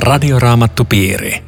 Radioraamattupiiri.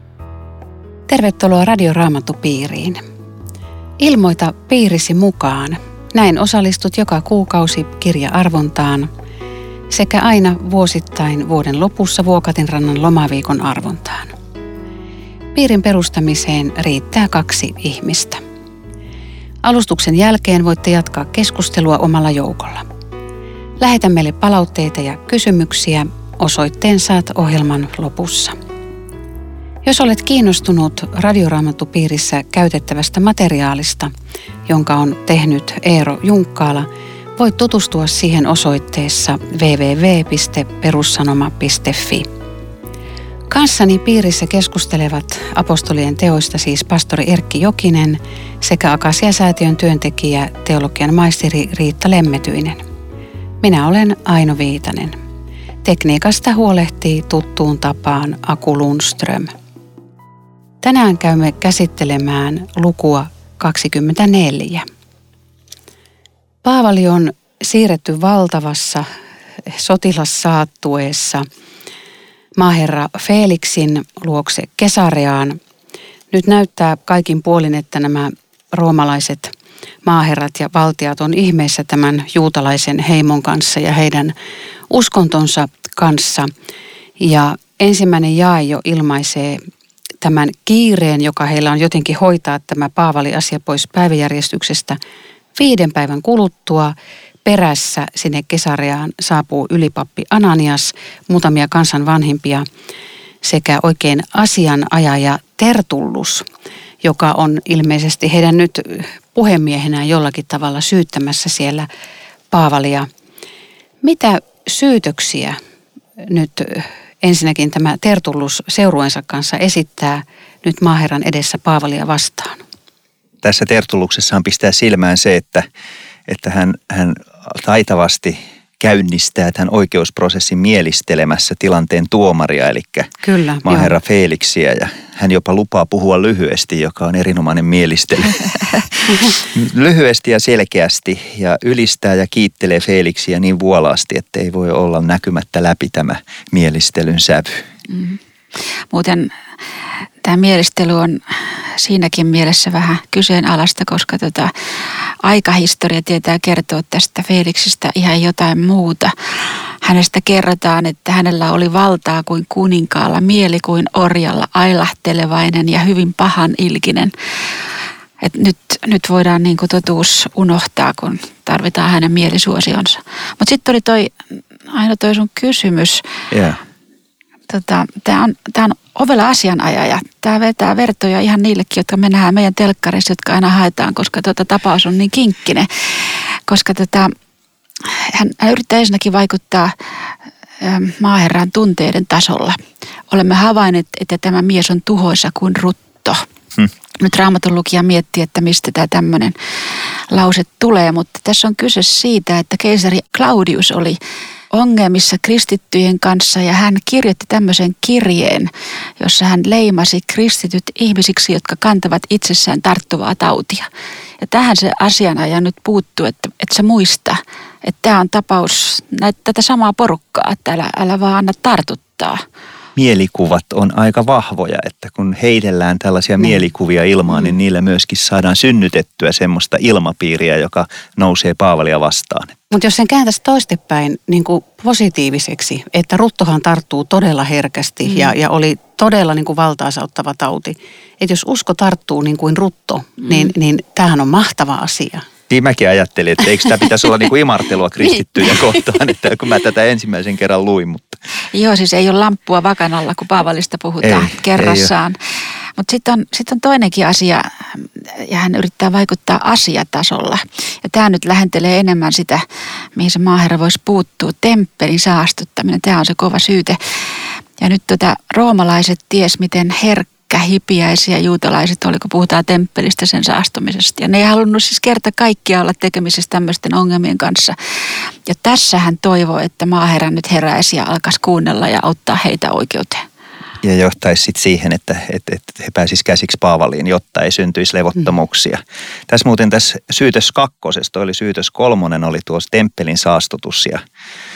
Tervetuloa Radioraamattupiiriin. Ilmoita piirisi mukaan. Näin osallistut joka kuukausi kirja-arvontaan sekä aina vuosittain vuoden lopussa Vuokatinrannan lomaviikon arvontaan. Piirin perustamiseen riittää 2 ihmistä. Alustuksen jälkeen voitte jatkaa keskustelua omalla joukolla. Lähetä meille palautteita ja kysymyksiä. Osoitteen saat ohjelman lopussa. Jos olet kiinnostunut Radioraamattupiirissä käytettävästä materiaalista, jonka on tehnyt Eero Junkkaala, voit tutustua siihen osoitteessa www.perussanoma.fi. Kanssani piirissä keskustelevat apostolien teoista siis pastori Erkki Jokinen sekä Akasia-säätiön työntekijä teologian maisteri Riitta Lemmetyinen. Minä olen Aino Viitanen. Tekniikasta huolehtii tuttuun tapaan Aku Lundström. Tänään käymme käsittelemään lukua 24. Paavali on siirretty valtavassa sotilassaattueessa maaherra Felixin luokse Kesareaan. Nyt näyttää kaikin puolin, että nämä roomalaiset maaherrat ja valtiat on ihmeessä tämän juutalaisen heimon kanssa ja heidän uskontonsa kanssa. Ja ensimmäinen jae jo ilmaisee tämän kiireen, joka heillä on jotenkin hoitaa tämä Paavali-asia pois päiväjärjestyksestä. 5 päivän kuluttua perässä sinne Kesareaan saapuu ylipappi Ananias, muutamia kansan vanhimpia sekä oikein asianajaja Tertullus, joka on ilmeisesti heidän nyt puhemiehenään jollakin tavalla syyttämässä siellä Paavalia. Mitä syytöksiä nyt ensinnäkin tämä Tertullus seurueensa kanssa esittää nyt maaherran edessä Paavalia vastaan? Tässä Tertulluksessaan pistää silmään se, että hän taitavasti käynnistää tämän oikeusprosessin mielistelemässä tilanteen tuomaria, eli Kyllä, maaherra Felixiä, ja hän jopa lupaa puhua lyhyesti, joka on erinomainen mielistely. Lyhyesti ja selkeästi, ja ylistää ja kiittelee Felixiä niin vuolaasti, että ei voi olla näkymättä läpi tämä mielistelyn sävy. Mm. Muuten tämä mielistely on siinäkin mielessä vähän kyseenalaista, koska aikahistoria tietää kertoa tästä Felixistä ihan jotain muuta. Hänestä kerrotaan, että hänellä oli valtaa kuin kuninkaalla, mieli kuin orjalla, ailahtelevainen ja hyvin pahan ilkinen. Et nyt voidaan niin kuin totuus unohtaa, kun tarvitaan hänen mielisuosionsa. Mutta sitten oli toi sun kysymys. Yeah. Tämä on ovela asianajaja. Tämä vetää vertoja ihan niillekin, jotka me nähdään meidän telkkarissa, jotka aina haetaan, koska tapaus on niin kinkkinen. Koska hän yrittää ensinnäkin vaikuttaa maaherran tunteiden tasolla. Olemme havainneet, että tämä mies on tuhoisa kuin rutto. Nyt Raamatun lukija miettii, että mistä tämä tämmöinen lause tulee, mutta tässä on kyse siitä, että keisari Claudius oli ongelmissa kristittyjen kanssa ja hän kirjoitti tämmöisen kirjeen, jossa hän leimasi kristityt ihmisiksi, jotka kantavat itsessään tarttuvaa tautia. Ja tähän se asianajaja nyt puuttuu, että se muista, että tämä on tapaus tätä samaa porukkaa, että älä vaan anna tartuttaa. Mielikuvat on aika vahvoja, että kun heidellään tällaisia mielikuvia ilmaan, niin niillä myöskin saadaan synnytettyä semmoista ilmapiiriä, joka nousee Paavalia vastaan. Mutta jos sen kääntäisi toistepäin niin kuin positiiviseksi, että ruttohan tarttuu todella herkästi ja oli todella niin kuin valtaansa ottava tauti. Että jos usko tarttuu niin kuin rutto, niin tämähän on mahtava asia. Niin mäkin ajattelin, että eikö tämä pitäisi olla niin kuin imartelua kristittyjä kohtaan, että kun mä tätä ensimmäisen kerran luin. Mutta Joo, siis ei ole lamppua vakanalla, kun Paavalista puhutaan kerrassaan. Mutta sitten on toinenkin asia, ja hän yrittää vaikuttaa asiatasolla. Ja tämä nyt lähentelee enemmän sitä, mihin se maaherra voisi puuttua, temppelin saastuttaminen. Tämä on se kova syyte. Ja nyt roomalaiset ties, miten hipiäisiä juutalaiset oli, kun puhutaan temppelistä, sen saastumisesta. Ja ne ei halunnut siis kerta kaikkia olla tekemisissä tämmöisten ongelmien kanssa. Ja tässä hän toivoo, että maaherra nyt heräisi ja alkaisi kuunnella ja auttaa heitä oikeuteen. Ja johtaisi sitten siihen, että he pääsisivät käsiksi Paavaliin, jotta ei syntyisi levottomuuksia. Tässä muuten tässä syytös 2, oli syytös 3, oli tuossa temppelin saastutus.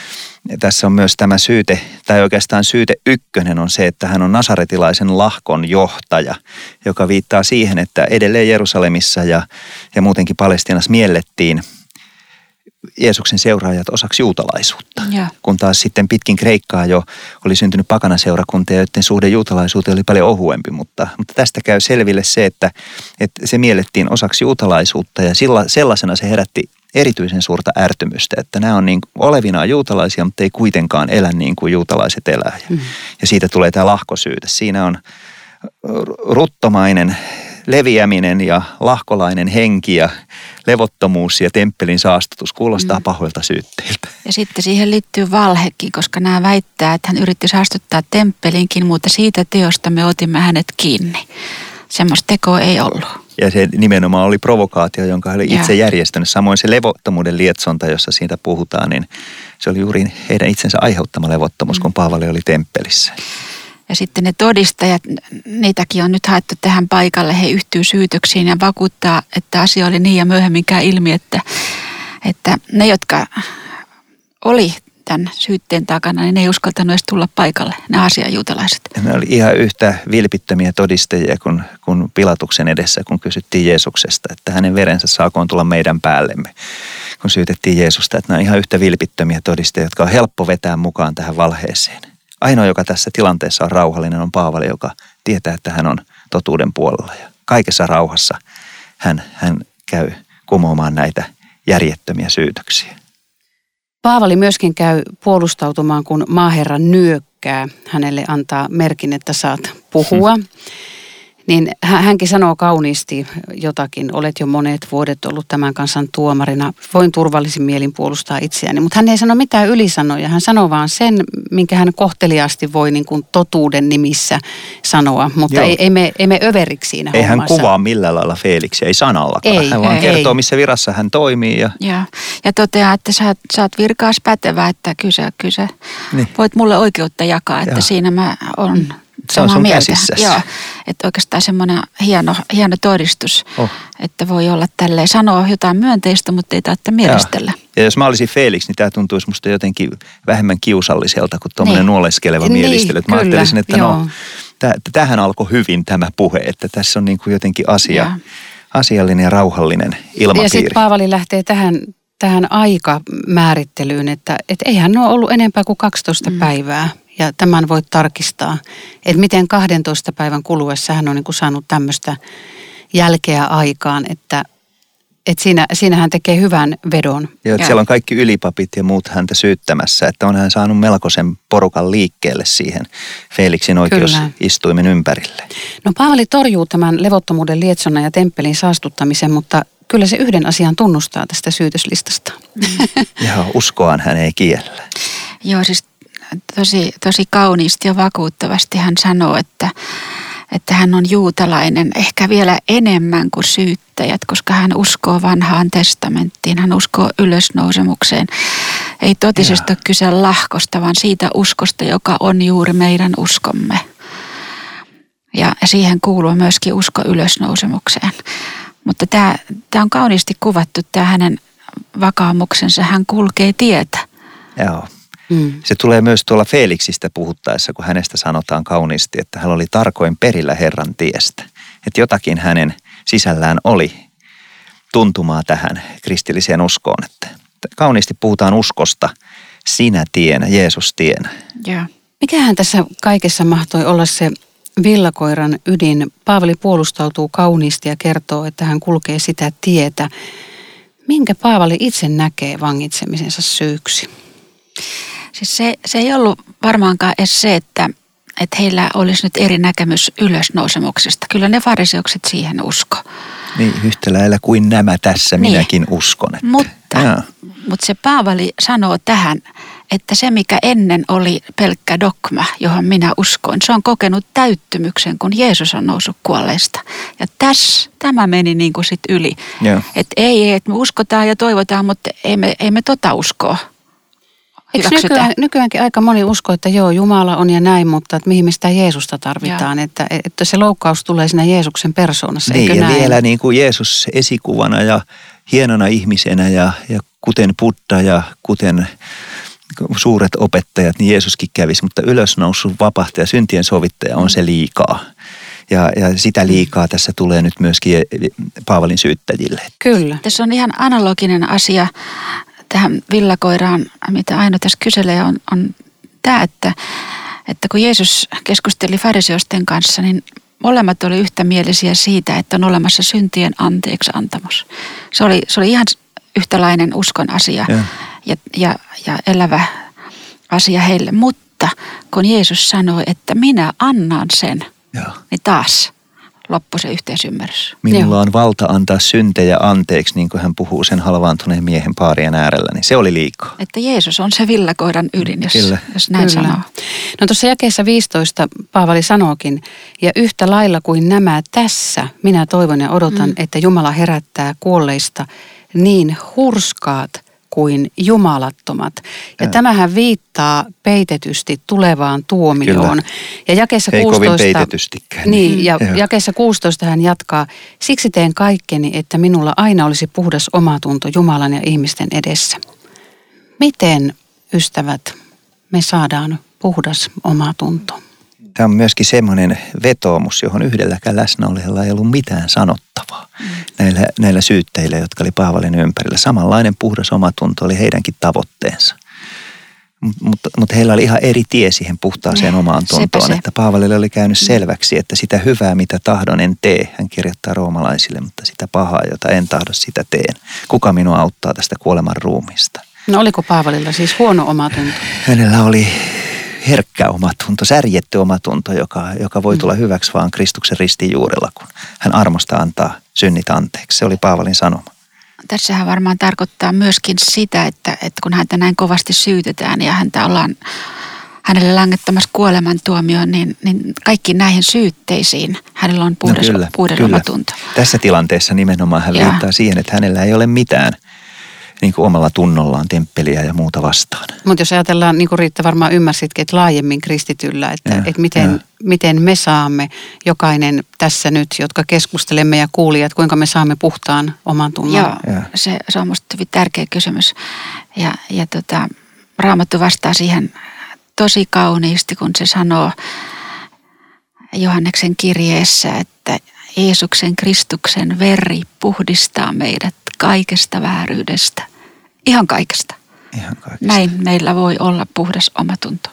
tässä on myös tämä syyte, tai oikeastaan syyte ykkönen on se, että hän on nasaretilaisen lahkon johtaja, joka viittaa siihen, että edelleen Jerusalemissa ja muutenkin Palestiinassa miellettiin Jeesuksen seuraajat osaksi juutalaisuutta. Ja. Kun taas sitten pitkin Kreikkaa jo oli syntynyt pakanaseurakuntia, joiden suhde juutalaisuuteen oli paljon ohuempi, mutta tästä käy selville se, että se miellettiin osaksi juutalaisuutta ja sellaisena se herätti erityisen suurta ärtymystä, että nämä on niin olevinaan juutalaisia, mutta ei kuitenkaan elä niin kuin juutalaiset elää. Ja siitä tulee tämä lahkosyyte. Siinä on ruttomainen leviäminen ja lahkolainen henki ja levottomuus ja temppelin saastutus kuulostaa pahoilta syytteiltä. Ja sitten siihen liittyy valhekin, koska nämä väittää, että hän yritti saastuttaa temppelinkin, mutta siitä teosta me otimme hänet kiinni. Semmoista tekoa ei ollut. Ja se nimenomaan oli provokaatio, jonka hän oli itse järjestänyt. Samoin se levottomuuden lietsonta, jossa siitä puhutaan, niin se oli juuri heidän itsensä aiheuttama levottomuus, kun Paavali oli temppelissä. Ja sitten ne todistajat, niitäkin on nyt haettu tähän paikalle. He yhtyy syytöksiin ja vakuuttaa, että asia oli niin ja myöhemmin käy ilmi, että ne, jotka oli tämän syytteen takana, niin ne ei uskaltanut edes tulla paikalle, ne asianjuutalaiset. Ne oli ihan yhtä vilpittömiä todistajia kuin Pilatuksen edessä, kun kysyttiin Jeesuksesta, että hänen verensä saakoon tulla meidän päällemme, kun syytettiin Jeesusta. Että nämä on ihan yhtä vilpittömiä todistajia, jotka on helppo vetää mukaan tähän valheeseen. Ainoa, joka tässä tilanteessa on rauhallinen, on Paavali, joka tietää, että hän on totuuden puolella. Ja kaikessa rauhassa hän käy kumoamaan näitä järjettömiä syytöksiä. Paavali myöskin käy puolustautumaan, kun maaherra nyökkää. Hänelle antaa merkin, että saat puhua. Niin hänkin sanoo kauniisti jotakin. Olet jo monet vuodet ollut tämän kansan tuomarina. Voin turvallisin mielin puolustaa itseäni. Mutta hän ei sano mitään ylisanoja. Hän sanoo vaan sen, minkä hän kohteliaasti voi niin kuin totuuden nimissä sanoa. Mutta ei me överiksi siinä ei hommassa. Hän kuvaa millään lailla Feeliksiä, ei sanallakaan. Hän vaan kertoo, missä virassa hän toimii. Ja toteaa, että sä oot virkaas pätevä, että kyllä niin. Voit mulle oikeutta jakaa, että siinä mä oon... Se on sun käsissäsi. Joo, että oikeastaan semmoinen hieno todistus, että voi olla tälleen, sanoa jotain myönteistä, mutta ei tarvitse mielestellä. Ja jos mä olisin Felix, niin tämä tuntuisi musta jotenkin vähemmän kiusalliselta kuin tuommoinen nuoleskeleva mielistely. Mä ajattelisin, että tämähän alkoi hyvin tämä puhe, että tässä on niin kuin jotenkin asiallinen ja rauhallinen ilmapiiri. Ja sitten Paavali lähtee tähän aikamäärittelyyn, että eihän ole ollut enempää kuin 12 päivää. Ja tämän voit tarkistaa, että miten 12 päivän kuluessa hän on niin kuin saanut tämmöistä jälkeä aikaan, että siinä hän tekee hyvän vedon. Joo, siellä on kaikki ylipapit ja muut häntä syyttämässä, että on hän saanut melkoisen porukan liikkeelle siihen Feliksin oikeusistuimen ympärille. No Paavali torjuu tämän levottomuuden lietsonnan ja temppelin saastuttamisen, mutta kyllä se yhden asian tunnustaa tästä syytöslistasta. Joo, uskoaan hän ei kiellä. Joo, siis tosi kauniisti ja vakuuttavasti hän sanoo, että hän on juutalainen ehkä vielä enemmän kuin syyttäjät, koska hän uskoo vanhaan testamenttiin, hän uskoo ylösnousemukseen. Ei totisesti ole kyse lahkosta, vaan siitä uskosta, joka on juuri meidän uskomme. Ja siihen kuuluu myöskin usko ylösnousemukseen. Mutta tämä on kauniisti kuvattu, tämä hänen vakaumuksensa, hän kulkee tietä. Joo. Se tulee myös tuolla Feliksistä puhuttaessa, kun hänestä sanotaan kauniisti, että hän oli tarkoin perillä Herran tiestä. Että jotakin hänen sisällään oli tuntumaa tähän kristilliseen uskoon. Että kauniisti puhutaan uskosta sinä tienä, Jeesus tienä. Yeah. Mikähän tässä kaikessa mahtoi olla se villakoiran ydin? Paavali puolustautuu kauniisti ja kertoo, että hän kulkee sitä tietä. Minkä Paavali itse näkee vangitsemisensa syyksi? Siis se ei ollut varmaankaan edes se, että heillä olisi nyt eri näkemys ylösnousemuksesta. Kyllä ne fariseukset siihen usko. Niin, yhtä lailla kuin nämä tässä minäkin uskon. Että. Mutta se Paavali sanoo tähän, että se mikä ennen oli pelkkä dogma, johon minä uskoin, se on kokenut täyttymyksen, kun Jeesus on noussut kuolleista. Ja tämä meni niin kuin sit yli. Että että me uskotaan ja toivotaan, mutta ei me uskoa. Eikö nykyäänkin aika moni usko, että Jumala on ja näin, mutta että mihin me sitä Jeesusta tarvitaan, että se loukkaus tulee siinä Jeesuksen persoonassa, niin, eikö ja näin? vielä niin kuin Jeesus esikuvana ja hienona ihmisenä ja kuten Buddha ja kuten suuret opettajat, niin Jeesuskin kävisi, mutta ylösnoussut vapahtaja, syntien sovittaja on se liikaa. Ja sitä liikaa tässä tulee nyt myöskin Paavalin syyttäjille. Kyllä. Tässä on ihan analoginen asia tähän villakoiraan, mitä Aino tässä kyselee, on tämä, että kun Jeesus keskusteli fariseosten kanssa, niin molemmat oli yhtämielisiä siitä, että on olemassa syntien anteeksiantamus. Se oli ihan yhtälainen uskon asia ja elävä asia heille. Mutta kun Jeesus sanoi, että minä annan sen, niin taas loppui se yhteisymmärrys. Minulla on valta antaa syntejä anteeksi, niin kuin hän puhuu sen halvaantuneen miehen paarien äärellä, niin se oli liikaa. Että Jeesus on se villakoiran ydin, jos näin sanoo. No tuossa jakeessa 15 Paavali sanookin, ja yhtä lailla kuin nämä tässä, minä toivon ja odotan, että Jumala herättää kuolleista niin hurskaat kuin jumalattomat. Ja tämähän viittaa peitetysti tulevaan tuomioon. Kyllä. Ja jakeessa ei 16, kovin peitetystikään. Niin, ja jakeessa 16 hän jatkaa, siksi teen kaikkeni, että minulla aina olisi puhdas omatunto Jumalan ja ihmisten edessä. Miten, ystävät, me saadaan puhdas omatunto? Tämä on myöskin semmoinen vetoomus, johon yhdelläkään läsnäolijalla ei ollut mitään sanottavaa. Näillä syytteillä, jotka oli Paavalin ympärillä. Samanlainen puhdas omatunto oli heidänkin tavoitteensa. Mutta heillä oli ihan eri tie siihen puhtaaseen omaan tuntoon. Että Paavalille oli käynyt selväksi, että sitä hyvää, mitä tahdon, en tee. Hän kirjoittaa roomalaisille, mutta sitä pahaa, jota en tahdo, sitä teen. Kuka minua auttaa tästä kuoleman ruumiista? No oliko Paavalilla siis huono omatunto? Hänellä oli herkkä omatunto, särjetty omatunto, joka voi tulla hyväksi vaan Kristuksen ristin juurella, kun hän armosta antaa synnit anteeksi. Se oli Paavalin sanoma. Tässähän varmaan tarkoittaa myöskin sitä, että kun häntä näin kovasti syytetään ja häntä ollaan hänelle langettamassa kuolemantuomioon, niin kaikki näihin syytteisiin hänellä on puhdas omatunto. Tässä tilanteessa nimenomaan hän viittaa siihen, että hänellä ei ole mitään niin kuin omalla tunnollaan temppeliä ja muuta vastaan. Mutta jos ajatellaan, niin kuin Riitta varmaan ymmärsitkin, että laajemmin kristityllä, että miten me saamme jokainen tässä nyt, jotka keskustelemme ja kuulijat, kuinka me saamme puhtaan oman tunnon. Joo, se on musta hyvin tärkeä kysymys. Ja Raamattu vastaa siihen tosi kauniisti, kun se sanoo Johanneksen kirjeessä, että Jeesuksen Kristuksen veri puhdistaa meidät kaikesta vääryydestä. Ihan kaikesta. Näin meillä voi olla puhdas omatunto.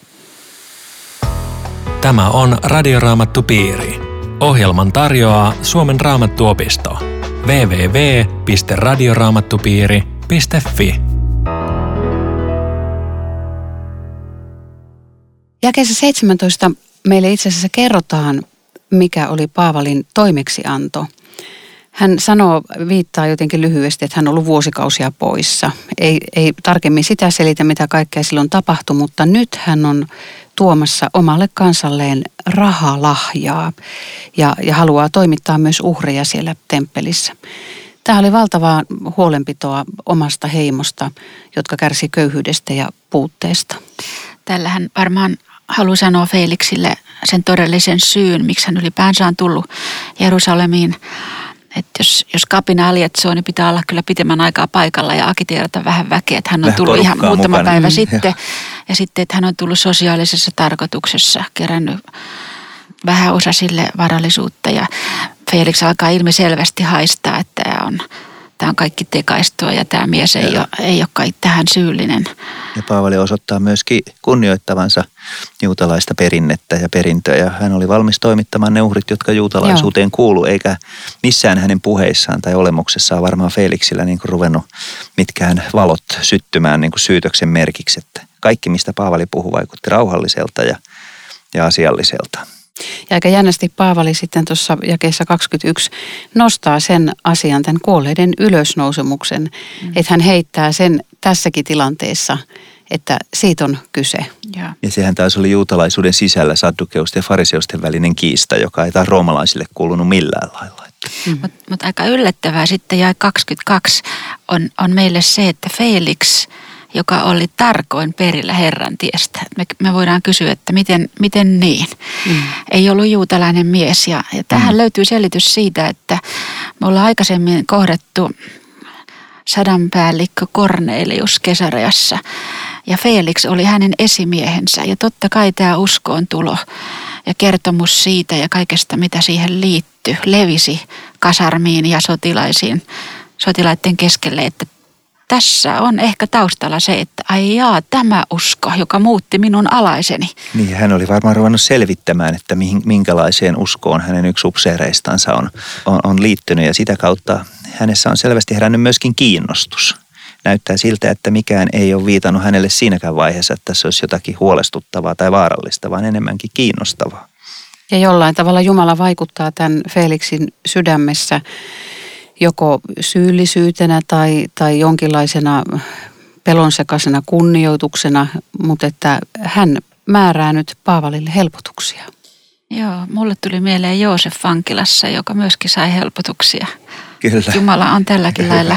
Tämä on Radioraamattupiiri. Ohjelman tarjoaa Suomen Raamattuopisto. www.radioraamattupiiri.fi. Jakeessa 17 meille itse asiassa kerrotaan, mikä oli Paavalin toimeksianto. Hän viittaa jotenkin lyhyesti, että hän on ollut vuosikausia poissa. Ei tarkemmin sitä selitä, mitä kaikkea silloin tapahtui, mutta nyt hän on tuomassa omalle kansalleen rahalahjaa ja haluaa toimittaa myös uhreja siellä temppelissä. Tämä oli valtavaa huolenpitoa omasta heimosta, jotka kärsi köyhyydestä ja puutteesta. Tällä hän varmaan haluaa sanoa Feeliksille sen todellisen syyn, miksi hän ylipäänsä on tullut Jerusalemiin. Että jos kapina alietsoo, niin pitää olla kyllä pitemmän aikaa paikalla ja akiteerata vähän väkeä. Että hän on tullut ihan muutama päivä sitten. Ja sitten, että hän on tullut sosiaalisessa tarkoituksessa, kerännyt vähäosaisille varallisuutta. Ja Felix alkaa ilmiselvästi haistaa, että tämä on kaikki tekaistua ja tämä mies ei ole kai tähän syyllinen. Ja Paavali osoittaa myöskin kunnioittavansa juutalaista perinnettä ja perintöä. Ja hän oli valmis toimittamaan ne uhrit, jotka juutalaisuuteen kuuluu, eikä missään hänen puheissaan tai olemuksessaan varmaan Felixillä niin kuin ruvennut mitkään valot syttymään niin kuin syytöksen merkiksi. Että kaikki, mistä Paavali puhui, vaikutti rauhalliselta ja asialliselta. Ja aika jännästi Paavali sitten tuossa jakeessa 21 nostaa sen asian, tämän kuolleiden ylösnousemuksen, että hän heittää sen tässäkin tilanteessa, että siitä on kyse. Ja sehän taas oli juutalaisuuden sisällä saddukeusten ja fariseusten välinen kiista, joka ei taas roomalaisille kuulunut millään lailla. Mutta aika yllättävää sitten jae 22 on meille se, että Felix, joka oli tarkoin perillä Herran tiestä. Me voidaan kysyä, että miten niin? Ei ollut juutalainen mies. Ja tähän löytyy selitys siitä, että me ollaan aikaisemmin kohdattu sadanpäällikkö Kornelius Kesareassa, Ja Felix oli hänen esimiehensä. Ja totta kai tämä uskoon tulo ja kertomus siitä ja kaikesta, mitä siihen liittyy, levisi kasarmiin ja sotilaiden keskelle, että tässä on ehkä taustalla se, että ai jaa, tämä usko, joka muutti minun alaiseni. Niin, hän oli varmaan ruvennut selvittämään, että minkälaiseen uskoon hänen yksi upseereistansa on liittynyt. Ja sitä kautta hänessä on selvästi herännyt myöskin kiinnostus. Näyttää siltä, että mikään ei ole viitannut hänelle siinäkään vaiheessa, että se olisi jotakin huolestuttavaa tai vaarallista, vaan enemmänkin kiinnostavaa. Ja jollain tavalla Jumala vaikuttaa tämän Felixin sydämessä joko syyllisyytenä tai jonkinlaisena pelonsekaisena kunnioituksena, mutta että hän määrää nyt Paavalille helpotuksia. Joo, mulle tuli mieleen Joosef vankilassa, joka myöskin sai helpotuksia. Kyllä. Jumala on tälläkin lailla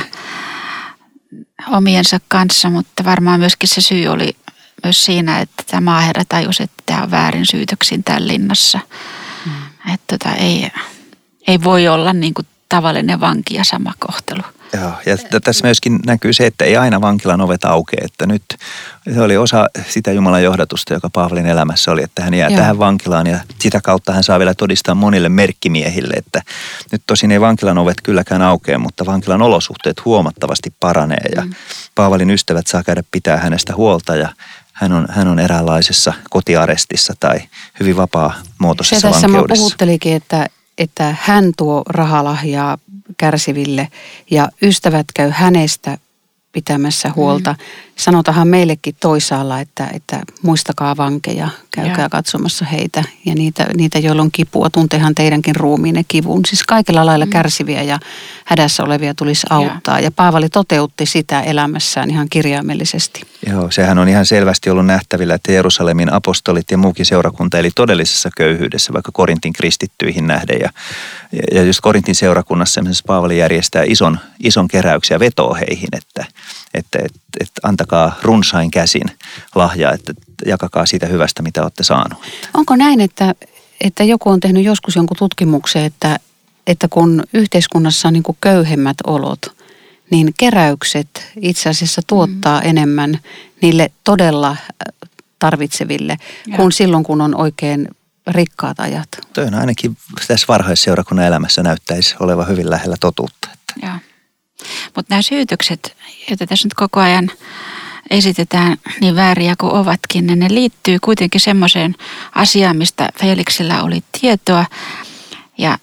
omiensa kanssa, mutta varmaan myöskin se syy oli myös siinä, että tämä maaherra tajusi, että tämä on väärin syytöksin täällä linnassa. Että ei voi olla niin kuin tavallinen vanki ja sama kohtelu. Joo, ja tässä myöskin näkyy se, että ei aina vankilan ovet aukea, että nyt se oli osa sitä Jumalan johdatusta, joka Paavalin elämässä oli, että hän jää tähän vankilaan ja sitä kautta hän saa vielä todistaa monille merkkimiehille, että nyt tosin ei vankilan ovet kylläkään aukea, mutta vankilan olosuhteet huomattavasti paranee ja Paavalin ystävät saa käydä pitää hänestä huolta ja hän on eräänlaisessa kotiarestissa tai hyvin vapaa-muotoisessa vankeudessa. Se tässä puhuttelikin, että hän tuo rahalahjaa kärsiville ja ystävät käy hänestä pitämässä huolta. Sanotahan meillekin toisaalla, että muistakaa vankeja, käykää katsomassa heitä ja niitä, joilla on kipua, tunteehan teidänkin ruumiinne kivun. Siis kaikilla lailla kärsiviä ja hädässä olevia tulisi auttaa. Ja Paavali toteutti sitä elämässään ihan kirjaimellisesti. Joo, sehän on ihan selvästi ollut nähtävillä, että Jerusalemin apostolit ja muukin seurakunta eli todellisessa köyhyydessä, vaikka Korintin kristittyihin nähden. Ja just Korintin seurakunnassa Paavali järjestää ison keräyksen ja vetoo heihin, että antakaa runsain käsin lahjaa, että jakakaa siitä hyvästä, mitä olette saanut. Onko näin, että joku on tehnyt joskus jonkun tutkimuksen, että kun yhteiskunnassa on niin kuin köyhemmät olot, niin keräykset itse asiassa tuottaa enemmän niille todella tarvitseville kuin silloin, kun on oikein rikkaat ajat. Toi on ainakin tässä varhaisseurakunnan elämässä näyttäisi olevan hyvin lähellä totuutta. Joo. Mutta nämä syytökset, joita tässä nyt koko ajan esitetään niin vääriä kuin ovatkin, niin ne liittyy kuitenkin semmoiseen asiaan, mistä Felixillä oli tietoa. Ja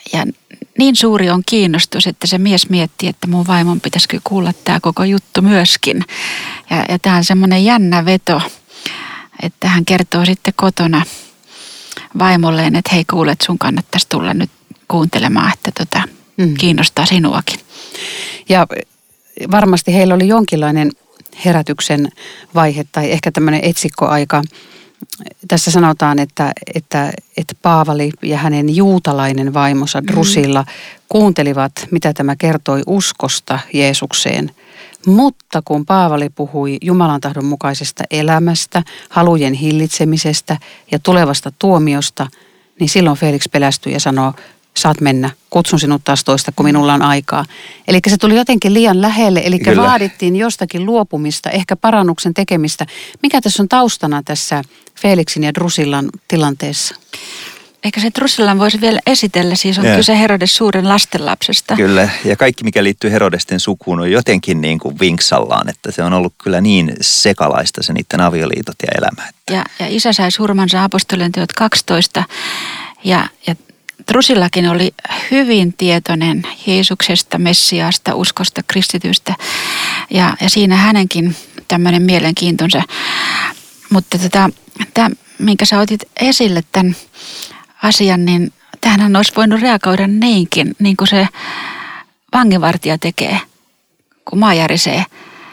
niin suuri on kiinnostus, että se mies miettii, että mun vaimon pitäisikö kuulla tämä koko juttu myöskin. Ja tämä on semmoinen jännä veto, että hän kertoo sitten kotona vaimolleen, että hei kuulet, sun kannattaisi tulla nyt kuuntelemaan, että kiinnostaa sinuakin. Ja varmasti heillä oli jonkinlainen herätyksen vaihe tai ehkä tämmöinen etsikkoaika. Tässä sanotaan, että Paavali ja hänen juutalainen vaimonsa Drusilla kuuntelivat, mitä tämä kertoi uskosta Jeesukseen. Mutta kun Paavali puhui Jumalan tahdon mukaisesta elämästä, halujen hillitsemisestä ja tulevasta tuomiosta, niin silloin Felix pelästyi ja sanoi, saat mennä, kutsun sinut taas toista, kun minulla on aikaa. Eli se tuli jotenkin liian lähelle, eli vaadittiin jostakin luopumista, ehkä parannuksen tekemistä. Mikä tässä on taustana tässä Felixin ja Drusillan tilanteessa? Ehkä se Drusillan voisi vielä esitellä, siis on kyse Herodes suuren lastenlapsesta. Kyllä, ja kaikki mikä liittyy Herodesten sukuun on jotenkin niin kuin vinksallaan, että se on ollut kyllä niin sekalaista se niiden avioliitot ja elämä. Ja isä sai surmansa apostolien teot 12 ja Drusillakin oli hyvin tietoinen Jeesuksesta, Messiaasta, uskosta, kristitystä ja siinä hänenkin tämmöinen mielenkiintonsa. Mutta tämä, minkä sä otit esille tämän asian, niin tämähän olisi voinut reagoida niinkin, niin kuin se vanginvartija tekee, kun maa järisee.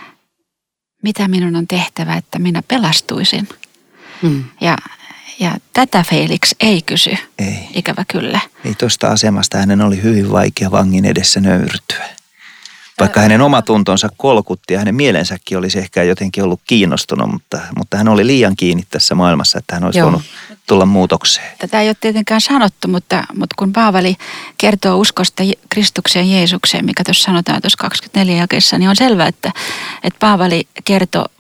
Mitä minun on tehtävä, että minä pelastuisin? Ja tätä Felix ei kysy, ikävä kyllä. Ei tuosta asemasta hänen oli hyvin vaikea vangin edessä nöyrtyä. Vaikka hänen omatuntonsa kolkutti ja hänen mielensäkin olisi ehkä jotenkin ollut kiinnostunut, mutta hän oli liian kiinni tässä maailmassa, että hän olisi voinut tulla muutokseen. Tätä ei ole tietenkään sanottu, mutta kun Paavali kertoo uskosta Kristukseen Jeesukseen, mikä tuossa sanotaan tuossa 24 jakeessa, niin on selvää, että Paavali kertoo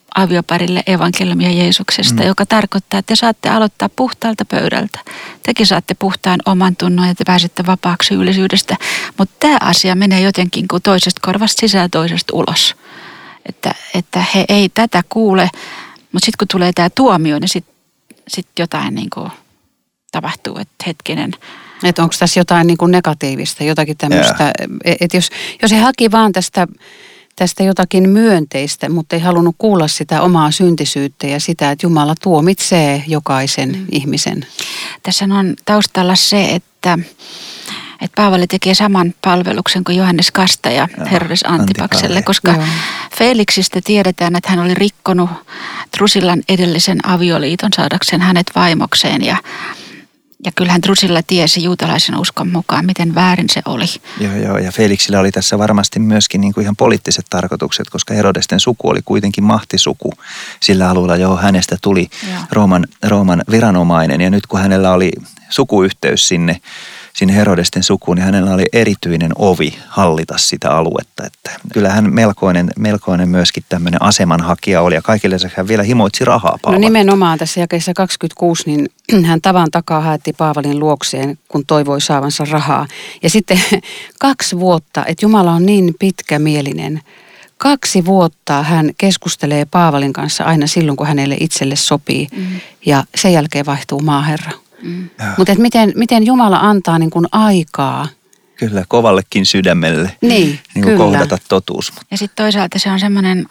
avioparille evankeliumia Jeesuksesta, joka tarkoittaa, että te saatte aloittaa puhtaalta pöydältä. Tekin saatte puhtaan oman tunnon ja te pääsette vapaaksi syyllisyydestä. Mutta tämä asia menee jotenkin kuin toisesta korvasta sisään toisesta ulos. Että he ei tätä kuule, mutta sitten kun tulee tämä tuomio, niin sitten jotain niin kuin tapahtuu, että hetkinen. Että onko tässä jotain niin kuin negatiivista, jotakin tämmöistä, että jos he haki vaan tästä jotakin myönteistä, mutta ei halunnut kuulla sitä omaa syntisyyttä ja sitä, että Jumala tuomitsee jokaisen ihmisen. Tässä on taustalla se, että Paavali tekee saman palveluksen kuin Johannes Kastaja Herodes Antipakselle, koska Feliksistä tiedetään, että hän oli rikkonut Drusillan edellisen avioliiton saadakseen hänet vaimokseen ja kyllähän Drusilla tiesi juutalaisen uskon mukaan, miten väärin se oli. Joo, ja Feliksillä oli tässä varmasti myöskin niin kuin ihan poliittiset tarkoitukset, koska Herodesten suku oli kuitenkin mahtisuku sillä alueella, johon hänestä tuli Rooman viranomainen. Ja nyt kun hänellä oli sukuyhteys sinne Herodesten sukuun, niin hänellä oli erityinen ovi hallita sitä aluetta. Että kyllä hän melkoinen myöskin tämmöinen asemanhakija oli ja kaikille hän vielä himoitsi rahaa Paavali. No nimenomaan tässä jakeessa 26, niin hän tavan takaa haetti Paavalin luokseen, kun toivoi saavansa rahaa. Ja sitten 2 vuotta, että Jumala on niin pitkämielinen. 2 vuotta hän keskustelee Paavalin kanssa aina silloin, kun hänelle itselle sopii. Ja sen jälkeen vaihtuu maaherra. Mutta miten Jumala antaa niin kuin aikaa. Kyllä, kovallekin sydämelle niin kuin kohdata totuus. Ja sitten toisaalta se on semmoinen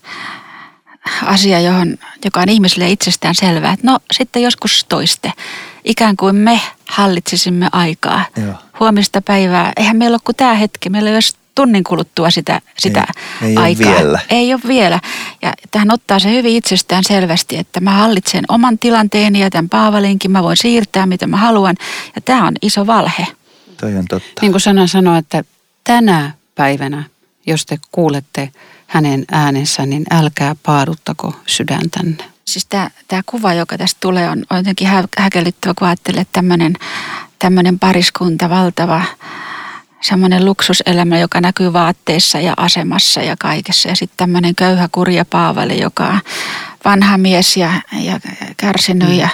asia, joka on ihmisille itsestään selvää, että no sitten joskus toiste. Ikään kuin me hallitsisimme aikaa. Huomista päivää. Eihän meillä ole kuin tämä hetki. Meillä ei ole tunnin kuluttua sitä ei aikaa. Ole vielä. Ei ole vielä. Ja tähän ottaa se hyvin itsestään selvästi, että mä hallitsen oman tilanteeni ja tämän Paavalinkin. Mä voin siirtää, mitä mä haluan. Ja tämä on iso valhe. Toi on totta. Niin kuin sana sanoo, että tänä päivänä, jos te kuulette hänen äänensä, niin älkää paaduttako sydäntänne. Siis tämä kuva, joka tästä tulee, on jotenkin häkellyttävä, kun ajattelee, että tämmöinen pariskunta, valtava semmoinen luksuselämä, joka näkyy vaatteissa ja asemassa ja kaikessa. Ja sitten tämmöinen köyhä kurja Paavali, joka on vanha mies ja kärsinyt. Ja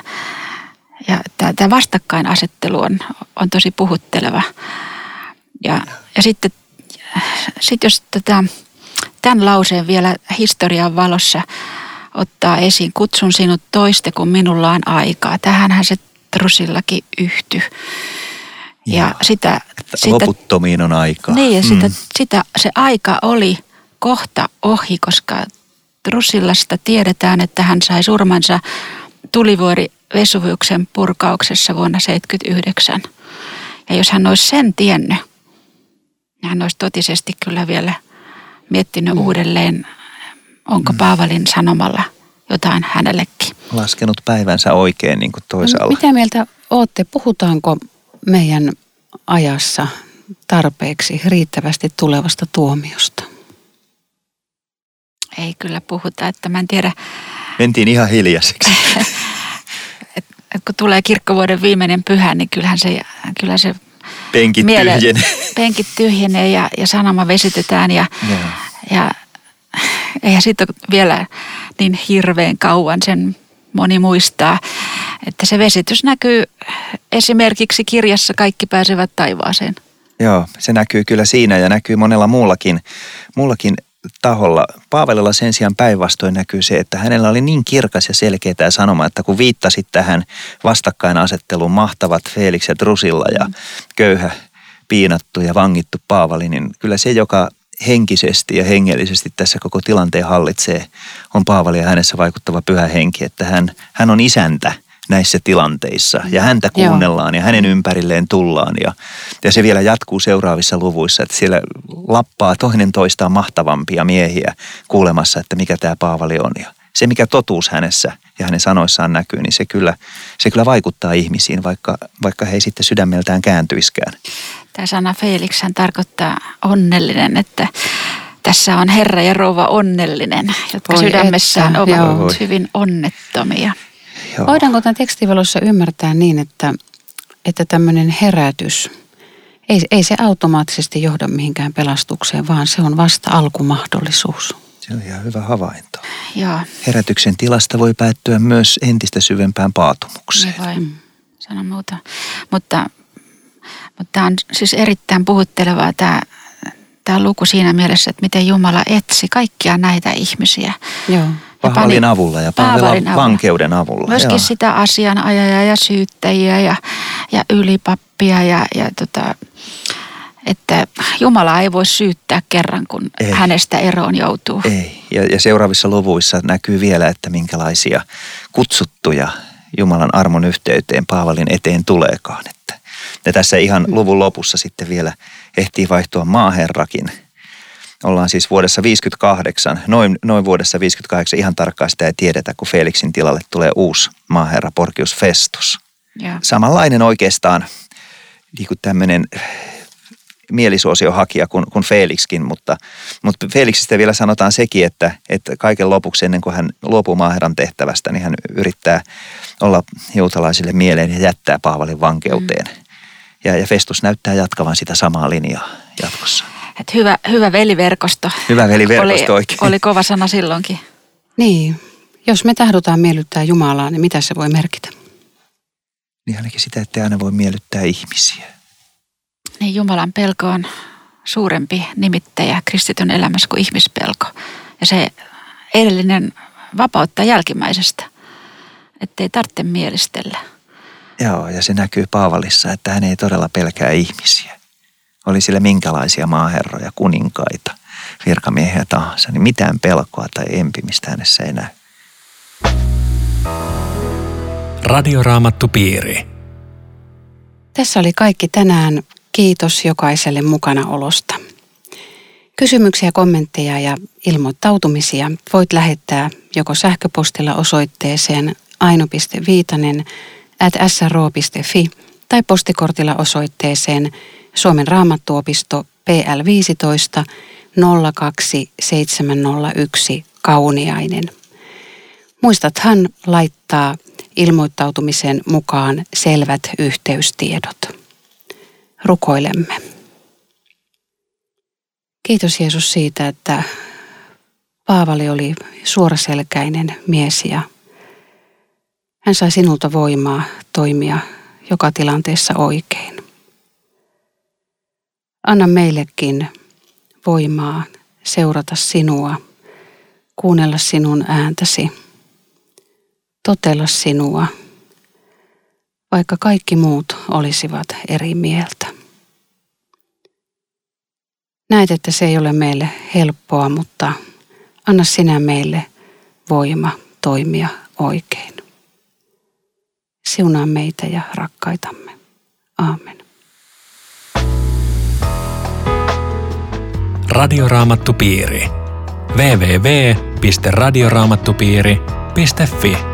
tämä vastakkainasettelu on tosi puhutteleva. Ja sitten jos tämän lauseen vielä historian valossa ottaa esiin, kutsun sinut toiste, kun minulla on aikaa. Tähänhän se Drusillakin yhtyi. Ja sitä loputtomiin on aikaa. Niin, ja se aika oli kohta ohi, koska Drusillasta tiedetään, että hän sai surmansa tulivuori Vesuviuksen purkauksessa vuonna 1979. Ja jos hän olisi sen tiennyt, niin hän olisi totisesti kyllä vielä miettinyt uudelleen, onko Paavalin sanomalla jotain hänellekin. Laskenut päivänsä oikein niin kuin toisaalla. Mitä mieltä olette? Puhutaanko meidän ajassa tarpeeksi riittävästi tulevasta tuomiosta? Ei kyllä puhuta, että mä en tiedä. Mentiin ihan hiljaiseksi. Et kun tulee kirkkovuoden viimeinen pyhä, niin kyllä se penkit tyhjenee ja sanoma vesitetään ja eihän siitä ole vielä niin hirveän kauan, sen moni muistaa, että se vesitys näkyy esimerkiksi kirjassa Kaikki pääsevät taivaaseen. Joo, se näkyy kyllä siinä ja näkyy monella muullakin taholla. Paavalilla sen sijaan päinvastoin näkyy se, että hänellä oli niin kirkas ja selkeä tämä sanoma, että kun viittasit tähän vastakkainasetteluun mahtavat Felix ja Drusilla ja köyhä, piinattu ja vangittu Paavali, niin kyllä se, joka henkisesti ja hengellisesti tässä koko tilanteen hallitsee, on Paavali ja hänessä vaikuttava pyhä henki, että hän on isäntä näissä tilanteissa ja häntä kuunnellaan ja hänen ympärilleen tullaan ja se vielä jatkuu seuraavissa luvuissa, että siellä lappaa toinen toistaan mahtavampia miehiä kuulemassa, että mikä tämä Paavali on ja se mikä totuus hänessä ja hänen sanoissaan näkyy, niin se kyllä vaikuttaa ihmisiin, vaikka he ei sitten sydämeltään kääntyiskään. Tämä sana Felixhän tarkoittaa onnellinen, että tässä on herra ja rouva onnellinen, jotka sydämessään ovat hyvin onnettomia. Joo. Voidaanko tämän tekstivalossa ymmärtää niin, että tämmöinen herätys, ei se automaattisesti johda mihinkään pelastukseen, vaan se on vasta alkumahdollisuus? Se on ihan hyvä havainto. Joo. Herätyksen tilasta voi päättyä myös entistä syvempään paatumukseen. Niin voi sanoa muuta. Mutta tämä on siis erittäin puhuttelevaa tämä luku siinä mielessä, että miten Jumala etsi kaikkia näitä ihmisiä. Joo. Paavalin avulla ja Paavalin vankeuden avulla. Myöskin joo. Sitä asianajajaa ja syyttäjiä ja ylipappia että Jumala ei voi syyttää kerran, kun hänestä eroon joutuu. Ei. Ja seuraavissa luvuissa näkyy vielä, että minkälaisia kutsuttuja Jumalan armon yhteyteen Paavalin eteen tuleekaan. Ja tässä ihan luvun lopussa sitten vielä ehtii vaihtua maaherrakin. Ollaan siis vuodessa 58, noin vuodessa 58, ihan tarkkaan sitä ei tiedetä, kun Felixin tilalle tulee uusi maaherra Porcius Festus. Ja. Samanlainen oikeastaan niin kuin tämmöinen mielisuosiohakija kuin Felixkin, mutta Felixistä vielä sanotaan sekin, että kaiken lopuksi ennen kuin hän luopuu maaherran tehtävästä, niin hän yrittää olla juutalaisille mieleen ja jättää Paavalin vankeuteen. Ja Festus näyttää jatkavan sitä samaa linjaa jatkossa. Että hyvä veliverkosto. Hyvä veliverkosto oikein. Oli kova sana silloinkin. Niin, jos me tahdotaan miellyttää Jumalaa, niin mitä se voi merkitä? Niin ainakin sitä, että aina voi miellyttää ihmisiä. Niin Jumalan pelko on suurempi nimittäjä kristityn elämässä kuin ihmispelko. Ja se edellinen vapauttaa jälkimmäisestä, ettei tarvitse mielistellä. Joo, ja se näkyy Paavalissa, että hän ei todella pelkää ihmisiä. Oli sillä minkälaisia maaherroja, kuninkaita, virkamiehiä tahansa, niin mitään pelkoa tai empimistä hänessä ei näy. Radioraamattupiiri. Tässä oli kaikki tänään. Kiitos jokaiselle mukanaolosta. Kysymyksiä, kommentteja ja ilmoittautumisia voit lähettää joko sähköpostilla osoitteeseen aino.viitanen@sro.fi tai postikortilla osoitteeseen Suomen Raamattuopisto PL 15 02701 Kauniainen. Muistathan laittaa ilmoittautumisen mukaan selvät yhteystiedot. Rukoilemme. Kiitos Jeesus siitä, että Paavali oli suoraselkäinen mies ja hän sai sinulta voimaa toimia joka tilanteessa oikein. Anna meillekin voimaa seurata sinua, kuunnella sinun ääntäsi, totella sinua, vaikka kaikki muut olisivat eri mieltä. Näet, että se ei ole meille helppoa, mutta anna sinä meille voima toimia oikein. Siunaa meitä ja rakkaitamme. Aamen. Radioraamattupiiri. www.radioraamattupiiri.fi